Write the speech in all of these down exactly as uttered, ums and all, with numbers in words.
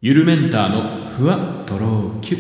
ゆるメンターのふわとろきゅ。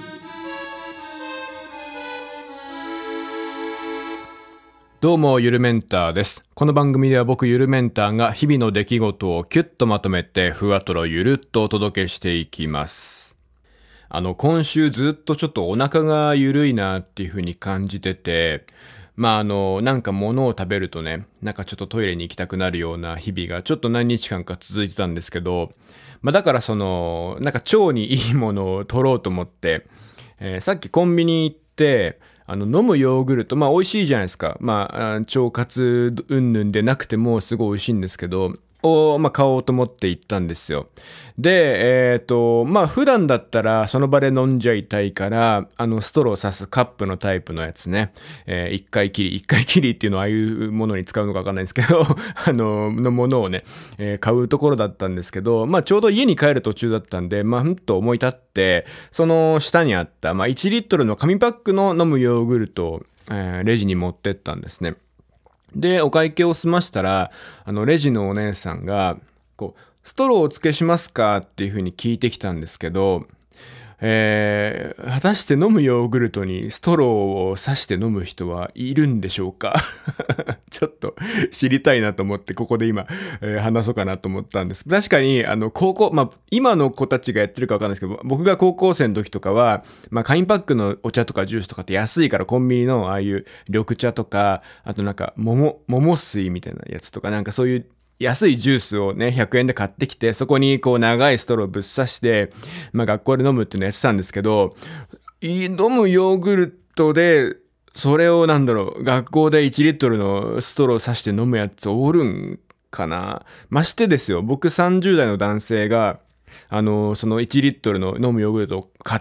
どうもゆるメンターです。この番組では僕ゆるメンターが日々の出来事をキュッとまとめてふわとろゆるっとお届けしていきます。あの今週ずっとちょっとお腹がゆるいなっていう風に感じてて、まああのなんか物を食べるとね、なんかちょっとトイレに行きたくなるような日々がちょっと何日間か続いてたんですけど、まあだからそのなんか腸にいいものを取ろうと思って、えー、さっきコンビニ行ってあの飲むヨーグルト、まあ美味しいじゃないですか。まあ腸活云々でなくてもすごい美味しいんですけど、をまあ買おうと思って行ったんですよ。で、えっとまあ普段だったらその場で飲んじゃいたいから、あのストローを刺すカップのタイプのやつね、えー、一回きり一回きりっていうのはああいうものに使うのかわかんないんですけどあののものをね、えー、買うところだったんですけど、まあちょうど家に帰る途中だったんで、まあふんと思い立ってその下にあったまあいちリットルの紙パックの飲むヨーグルトを、えー、レジに持ってったんですね。で、お会計を済ましたら、あの、レジのお姉さんが、こう、ストローお付けしますかっていうふうに聞いてきたんですけど、えー、果たして飲むヨーグルトにストローを刺して飲む人はいるんでしょうかちょっと知りたいなと思ってここで今、えー、話そうかなと思ったんです。確かにあの高校、まあ今の子たちがやってるかわかんないですけど、僕が高校生の時とかは、まあ紙パックのお茶とかジュースとかって安いからコンビニのああいう緑茶とか、あとなんか桃、桃水みたいなやつとかなんかそういう安いジュースをね、ひゃくえんで買ってきて、そこにこう長いストローぶっ刺して、まあ学校で飲むっていうのやってたんですけど、飲むヨーグルトで、それをなんだろう、学校でいちリットルのストロー刺して飲むやつおるんかな。ましてですよ、僕さんじゅう代の男性が、あの、そのいちリットルの飲むヨーグルトを買って、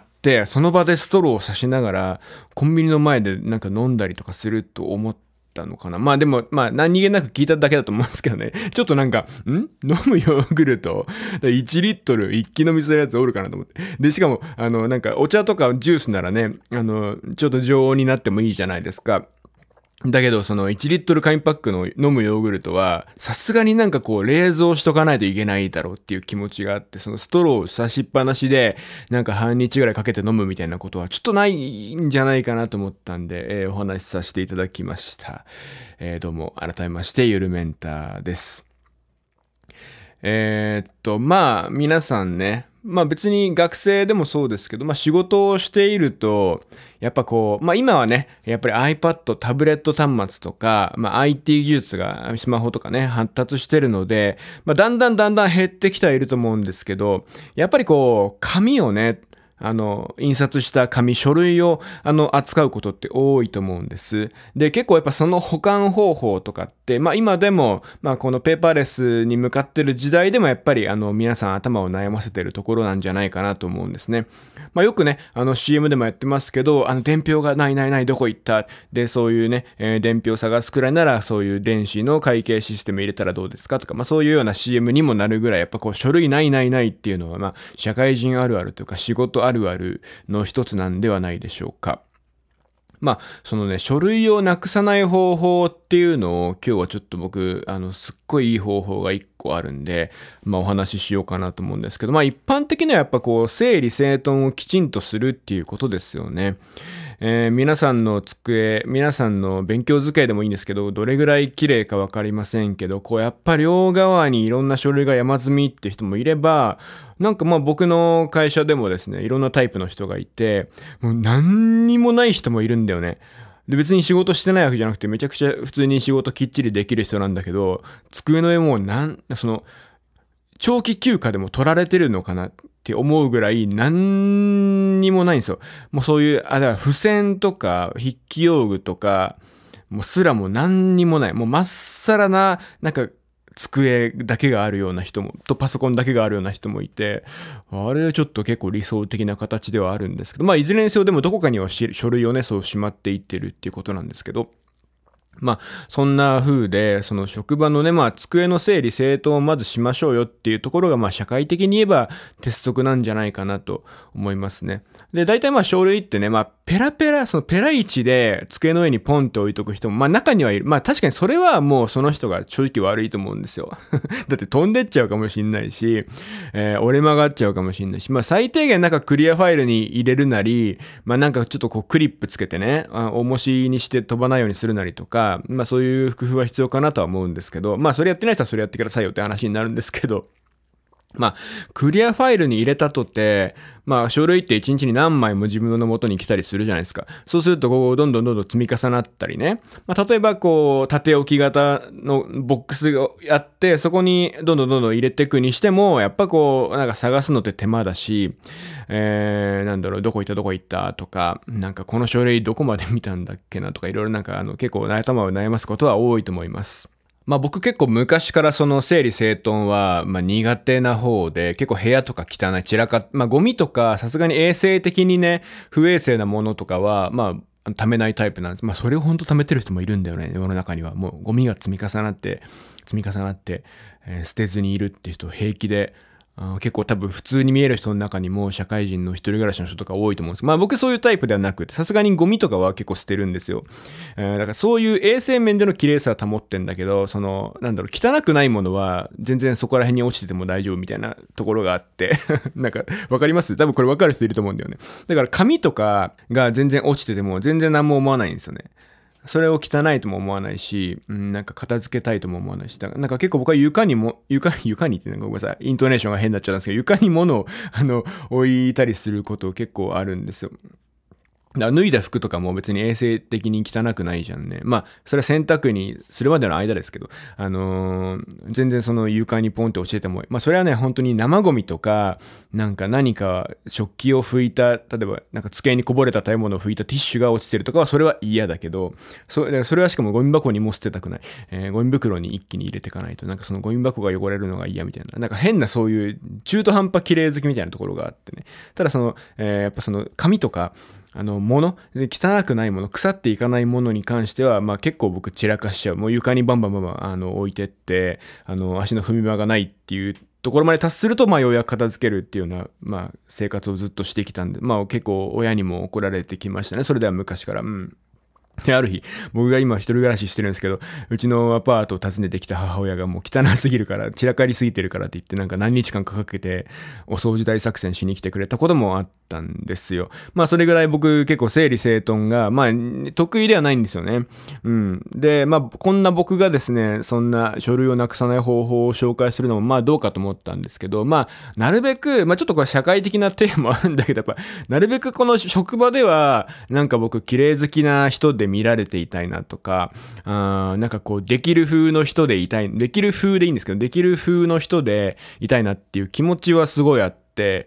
その場でストローを刺しながら、コンビニの前でなんか飲んだりとかすると思って、のかな。まあでも、まあ何気なく聞いただけだと思うんですけどね。ちょっとなんか、ん飲むヨーグルトいちリットル一気飲みするやつおるかなと思って。で、しかも、あの、なんかお茶とかジュースならね、あの、ちょっと常温になってもいいじゃないですか。だけど、そのいちリットル紙パックの飲むヨーグルトは、さすがになんかこう、冷蔵しとかないといけないだろうっていう気持ちがあって、そのストローを差しっぱなしで、なんか半日ぐらいかけて飲むみたいなことはちょっとないんじゃないかなと思ったんで、えー、お話しさせていただきました。えー、どうも、改めまして、ゆるメンターです。えー、っと、まあ、皆さんね、まあ別に学生でもそうですけど、まあ仕事をしていると、やっぱこう、まあ今はね、やっぱり iPad、タブレット端末とか、まあ アイティー 技術が、スマホとかね、発達してるので、まあだんだんだんだん減ってきてはいると思うんですけど、やっぱりこう、紙をね、あの、印刷した紙、書類を、あの、扱うことって多いと思うんです。で、結構やっぱその保管方法とかって、まあ今でも、まあこのペーパーレスに向かってる時代でもやっぱり、あの、皆さん頭を悩ませてるところなんじゃないかなと思うんですね。まあよくね、あの シーエム でもやってますけど、あの、伝票がないないない、どこ行った？で、そういうね、えー、伝票を探すくらいなら、そういう電子の会計システム入れたらどうですかとか、まあそういうような シーエム にもなるぐらい、やっぱこう、書類ないないないっていうのは、まあ、社会人あるあるというか、仕事あるあるの一つなんではないでしょうか。まあ、そのね、書類をなくさない方法っていうのを今日はちょっと僕、あの、すっごいいい方法が一個あるんで、まあお話ししようかなと思うんですけど、まあ一般的にはやっぱこう、整理整頓をきちんとするっていうことですよね。えー、皆さんの机、皆さんの勉強机でもいいんですけど、どれぐらい綺麗かわかりませんけど、こうやっぱ両側にいろんな書類が山積みって人もいれば、なんかまあ僕の会社でもですね、いろんなタイプの人がいて、もう何にもない人もいるんだよね。で別に仕事してないわけじゃなくて、めちゃくちゃ普通に仕事きっちりできる人なんだけど、机の上もうなん、その、長期休暇でも取られてるのかなって思うぐらい何にもないんですよ。もうそういう、あ、だから付箋とか筆記用具とか、もうすらも何にもない。もうまっさらな、なんか、机だけがあるような人も、とパソコンだけがあるような人もいて、あれはちょっと結構理想的な形ではあるんですけど、まあいずれにせよでもどこかには書類をね、そうしまっていってるっていうことなんですけど、まあ、そんな風で、その職場のね、まあ、机の整理整頓をまずしましょうよっていうところが、まあ、社会的に言えば鉄則なんじゃないかなと思いますね。で、大体まあ、書類ってね、まあ、 ペラペラ、そのペライチで机の上にポンって置いとく人も、まあ中にはいる。まあ確かにそれはもうその人が正直悪いと思うんですよ。だって飛んでっちゃうかもしんないし、えー、折れ曲がっちゃうかもしんないし、まあ最低限なんかクリアファイルに入れるなり、まあなんかちょっとこうクリップつけてね、重しにして飛ばないようにするなりとか、まあそういう工夫は必要かなとは思うんですけど、まあそれやってない人はそれやってくださいよって話になるんですけど、まあ、クリアファイルに入れたとて、まあ、書類って一日に何枚も自分の元に来たりするじゃないですか。そうすると、こう、どんどんどんどん積み重なったりね。まあ、例えば、こう、縦置き型のボックスをやって、そこにどんどんどんどん入れていくにしても、やっぱこう、なんか探すのって手間だし、えー、なんだろう、どこ行ったどこ行ったとか、なんかこの書類どこまで見たんだっけなとか、いろいろなんか、あの、結構頭を悩ますことは多いと思います。まあ僕結構昔からその整理整頓はまあ苦手な方で、結構部屋とか汚い散らかっ、まあゴミとかさすがに衛生的にね、不衛生なものとかはまあ貯めないタイプなんです。まあそれを本当貯めてる人もいるんだよね、世の中には。もうゴミが積み重なって、積み重なって、えー、捨てずにいるっていう人平気で、あ結構多分普通に見える人の中にも社会人の一人暮らしの人とか多いと思うんです。まあ僕そういうタイプではなくて、さすがにゴミとかは結構捨てるんですよ。えー、だからそういう衛生面での綺麗さは保ってんだけど、その、なんだろう、汚くないものは全然そこら辺に落ちてても大丈夫みたいなところがあって、なんかわかります？多分これわかる人いると思うんだよね。だから紙とかが全然落ちてても全然何も思わないんですよね。それを汚いとも思わないし、うん、なんか片付けたいとも思わないし、だからなんか結構僕は床にも、床、床にってなんかごめんなさい、イントネーションが変になっちゃうんですけど、床に物を、あの、置いたりすること結構あるんですよ。だ脱いだ服とかも別に衛生的に汚くないじゃんね。まあ、それは洗濯にするまでの間ですけど、あのー、全然その床にポンって落ちてても、まあそれはね、本当に生ゴミとか、なんか何か食器を拭いた、例えばなんか机にこぼれた食べ物を拭いたティッシュが落ちてるとかはそれは嫌だけど、それそれはしかもゴミ箱にも捨てたくない。えー、ゴミ袋に一気に入れていかないと、なんかそのゴミ箱が汚れるのが嫌みたいな、なんか変なそういう中途半端綺麗好きみたいなところがあってね。ただその、えー、やっぱその紙とか、あの、もの、汚くないもの、腐っていかないものに関しては、まあ結構僕散らかしちゃう。もう床にバンバンバンバン、あの、置いてって、あの、足の踏み場がないっていうところまで達すると、まあようやく片付けるっていうような、まあ生活をずっとしてきたんで、まあ結構親にも怒られてきましたね。それでは昔から。うん。で、ある日、僕が今一人暮らししてるんですけど、うちのアパートを訪ねてきた母親がもう汚すぎるから、散らかりすぎてるからって言って、なんか何日間かかけて、お掃除大作戦しに来てくれたこともあったんですよ。まあ、それぐらい僕結構整理整頓が、まあ、得意ではないんですよね。うん。で、まあ、こんな僕がですね、そんな書類をなくさない方法を紹介するのも、まあ、どうかと思ったんですけど、まあ、なるべく、まあ、ちょっとこれ社会的なテーマあるんだけど、やっぱ、なるべくこの職場では、なんか僕、綺麗好きな人で見られていたいなとか、あなんかこう、できる風の人でいたい、できる風でいいんですけど、できる風の人でいたいなっていう気持ちはすごいあって、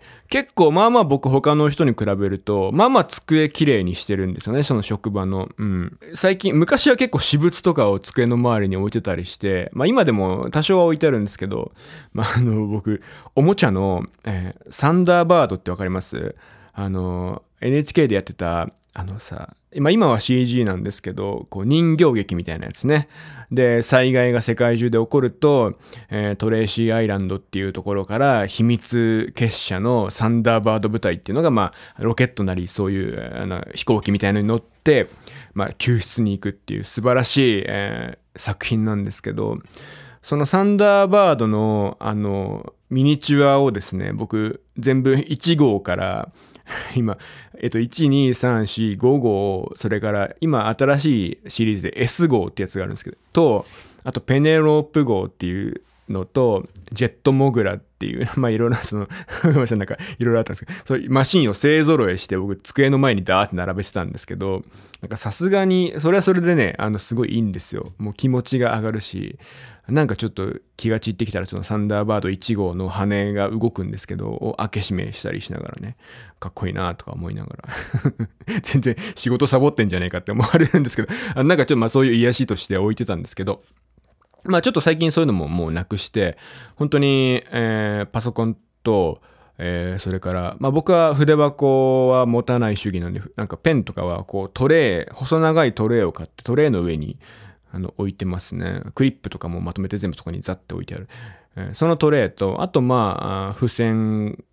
結構まあまあ僕他の人に比べると、まあまあ机きれいにしてるんですよね、その職場の。うん。最近、昔は結構私物とかを机の周りに置いてたりして、まあ今でも多少は置いてあるんですけど、まああの僕、おもちゃの、えー、サンダーバードってわかります？あの、エヌエイチケー でやってた、あのさ、今今は シージー なんですけど、こう人形劇みたいなやつね。で、災害が世界中で起こると、えー、トレーシーアイランドっていうところから秘密結社のサンダーバード部隊っていうのが、まあ、ロケットなりそういうあの飛行機みたいなのに乗って、まあ、救出に行くっていう素晴らしい、えー、作品なんですけど、そのサンダーバードの、あの、ミニチュアをですね、僕、全部いち号から、今、えっと、いち、に、さん、よん、ご号、それから今新しいシリーズで S 号ってやつがあるんですけど、と、あとペネロープ号っていうのと、ジェットモグラっていう、まあいろいろなその、ごめんなさい、なんかいろいろあったんですけど、そういうマシンを勢揃えして僕机の前にダーって並べてたんですけど、なんかさすがに、それはそれでね、あの、すごいいいんですよ。もう気持ちが上がるし、なんかちょっと気が散ってきたらそのサンダーバードいち号の羽が動くんですけど、を開け閉めしたりしながらね、かっこいいなとか思いながら全然仕事サボってんじゃねえかって思われるんですけど、あなんかちょっとまあそういう癒しとして置いてたんですけど、まあちょっと最近そういうのももうなくして、本当に、えー、パソコンと、えー、それから、まあ僕は筆箱は持たない主義なんで、なんかペンとかはこうトレー、細長いトレーを買ってトレーの上にあの置いてますね。クリップとかもまとめて全部そこにザッて置いてある。えー、そのトレーと、あとまあ、付箋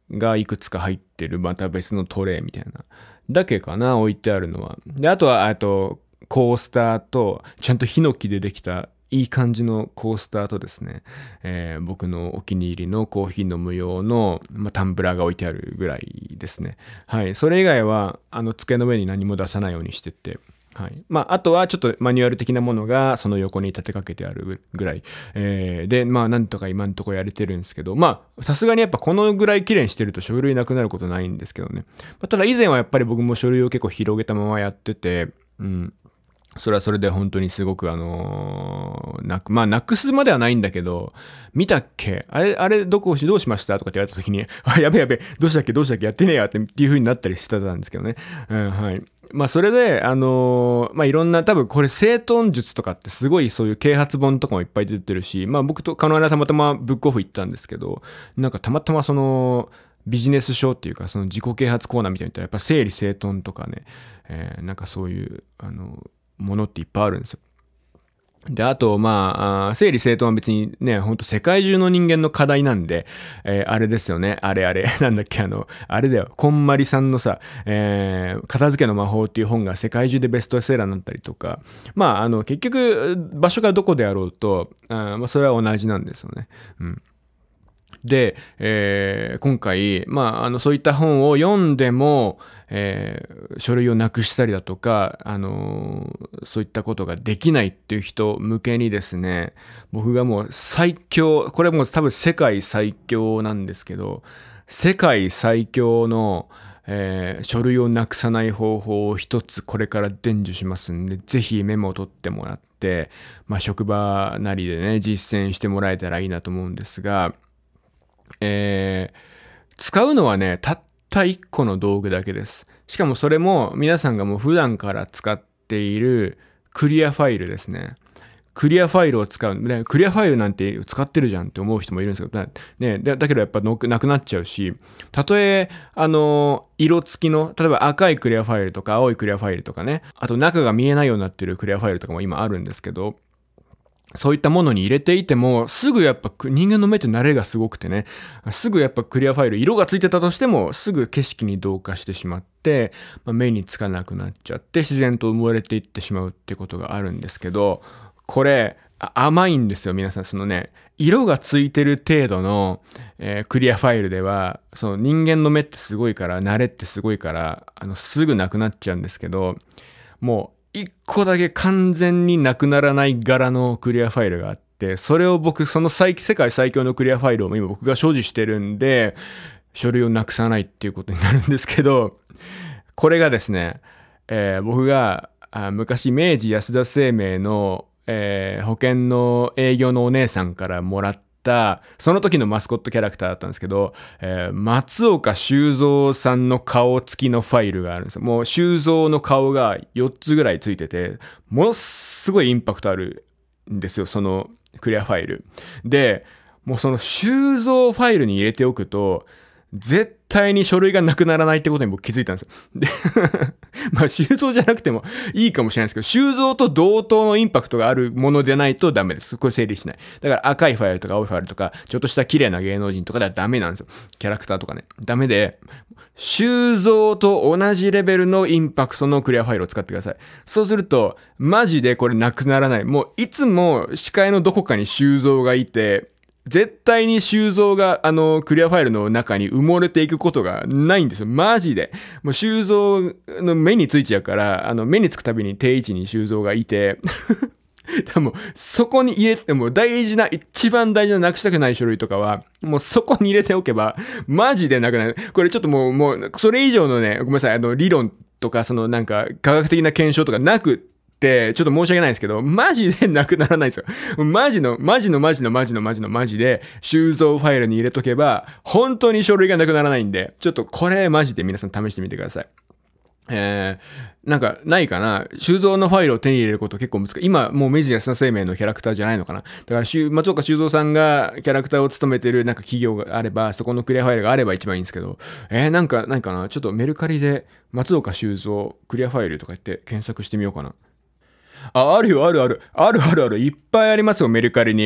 がいくつか入ってる、また別のトレイみたいな。だけかな、置いてあるのは。で、あとは、あと、コースターと、ちゃんとヒノキでできた、いい感じのコースターとですね、えー、僕のお気に入りのコーヒー飲む用の、まあ、タンブラーが置いてあるぐらいですね。はい。それ以外は、あの、机の上に何も出さないようにしてて、はい。まあ、あとはちょっとマニュアル的なものがその横に立てかけてあるぐらい。えー、で、まあ、なんとか今んとこやれてるんですけど、まあ、さすがにやっぱこのぐらい綺麗にしてると書類なくなることないんですけどね。まあ、ただ以前はやっぱり僕も書類を結構広げたままやってて、うん。それはそれで本当にすごくあのー、なく、まあなくすまではないんだけど、見たっけあれ、あれどこ、どうしましたとかって言われた時に、あ、やべやべ、どうしたっけどうしたっけやってねえやってっていう風になったりしてたんですけどね。うん、はい。まあそれで、あのー、まあいろんな、多分これ整頓術とかってすごいそういう啓発本とかもいっぱい出てるし、まあ僕とカノアナたまたまブックオフ行ったんですけど、なんかたまたまその、ビジネス書っていうかその自己啓発コーナーみたいなのやっぱ整理整頓とかね、えー、なんかそういう、あの、ものっていっぱいあるんですよ。で、あと、まあ、整理整頓は別にね、ほんと世界中の人間の課題なんで、えー、あれですよね。あれあれ。なんだっけ、あの、あれだよ。こんまりさんのさ、えー、片付けの魔法っていう本が世界中でベストセラーになったりとか、まあ、あの、結局、場所がどこであろうと、あまあ、それは同じなんですよね。うん。で、えー、今回、まあ、あの、そういった本を読んでも、えー、書類をなくしたりだとか、あのー、そういったことができないっていう人向けにですね、僕がもう最強、これもう多分世界最強なんですけど、世界最強の、えー、書類をなくさない方法を一つこれから伝授しますんで、ぜひメモを取ってもらって、まあ、職場なりでね、実践してもらえたらいいなと思うんですが、えー、使うのはね、たった一個の道具だけです。しかもそれも皆さんがもう普段から使っているクリアファイルですね。クリアファイルを使う。ね、クリアファイルなんて使ってるじゃんって思う人もいるんですけど、ね、だ, だけどやっぱなくなっちゃうし、たとえ、あの、色付きの、例えば赤いクリアファイルとか青いクリアファイルとかね、あと中が見えないようになってるクリアファイルとかも今あるんですけど、そういったものに入れていても、すぐやっぱ人間の目って慣れがすごくてね、すぐやっぱクリアファイル、色がついてたとしても、すぐ景色に同化してしまって、まあ、目につかなくなっちゃって、自然と埋もれていってしまうってことがあるんですけど、これ、甘いんですよ、皆さん。そのね、色がついてる程度の、えー、クリアファイルでは、その人間の目ってすごいから、慣れってすごいから、あの、すぐなくなっちゃうんですけど、もう、一個だけ完全になくならない柄のクリアファイルがあって、それを僕、その世界最強のクリアファイルを今僕が所持してるんで、書類をなくさないっていうことになるんですけど、これがですね、えー、僕が昔明治安田生命の、えー、保険の営業のお姉さんからもらった、その時のマスコットキャラクターだったんですけど、えー、松岡修造さんの顔付きのファイルがあるんですよ。もう修造の顔がよっつぐらいついてて、ものすごいインパクトあるんですよ、そのクリアファイル。で、もうその修造ファイルに入れておくと、絶対に書類がなくならないってことに僕気づいたんですよ。でまあ修造じゃなくてもいいかもしれないですけど、修造と同等のインパクトがあるものでないとダメです。これ成立しない。だから赤いファイルとか青いファイルとか、ちょっとした綺麗な芸能人とかではダメなんですよ。キャラクターとかね。ダメで、修造と同じレベルのインパクトのクリアファイルを使ってください。そうすると、マジでこれなくならない。もういつも視界のどこかに修造がいて、絶対に修造があのクリアファイルの中に埋もれていくことがないんですよ。マジで。もう修造の目についちゃうから、あの目につくたびに定位置に修造がいて、でもそこに入れても大事な、一番大事ななくしたくない書類とかは、もうそこに入れておけば、マジでなくなる。これちょっともう、もう、それ以上のね、ごめんなさい、あの理論とか、そのなんか科学的な検証とかなく、ってちょっと申し訳ないですけど、マジでなくならないですよ。マジの、マジのマジのマジのマジのマジで、修造ファイルに入れとけば、本当に書類がなくならないんで、ちょっとこれマジで皆さん試してみてください。えー、なんかないかな、修造のファイルを手に入れること結構難しい。今もう明治安田生命のキャラクターじゃないのかな。だから松岡修造さんがキャラクターを務めてるなんか企業があれば、そこのクリアファイルがあれば一番いいんですけど、えー、なんかないかな、ちょっとメルカリで松岡修造クリアファイルとか言って検索してみようかな。あ、あるよ、あるある。あるあるある。いっぱいありますよ、メルカリに。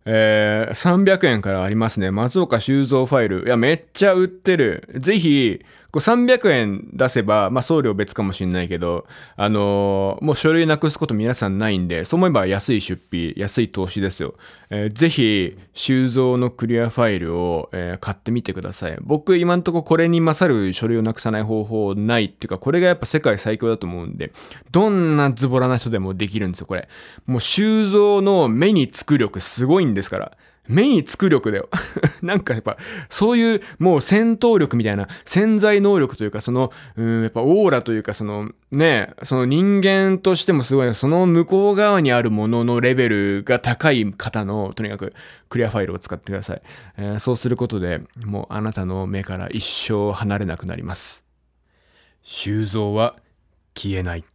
えー、さんびゃくえんからありますね。松岡修造ファイル。いや、めっちゃ売ってる。ぜひ、こうさんびゃくえん出せば、まあ送料別かもしんないけど、あのーもう書類なくすこと皆さんないんで、そう思えば安い出費、安い投資ですよ。えーぜひ、修造のクリアファイルを、えー買ってみてください。僕、今んとここれに勝る書類をなくさない方法ないっていうか、これがやっぱ世界最強だと思うんで、どんなズボラな人でもできるんですよ、これ。もう修造の目につく力すごいんですから。目につく力だよ。なんかやっぱ、そういうもう戦闘力みたいな潜在能力というか、その、うん、やっぱオーラというか、その、ね、その人間としてもすごい、その向こう側にあるもののレベルが高い方の、とにかくクリアファイルを使ってください。えーそうすることで、もうあなたの目から一生離れなくなります。修造は消えない。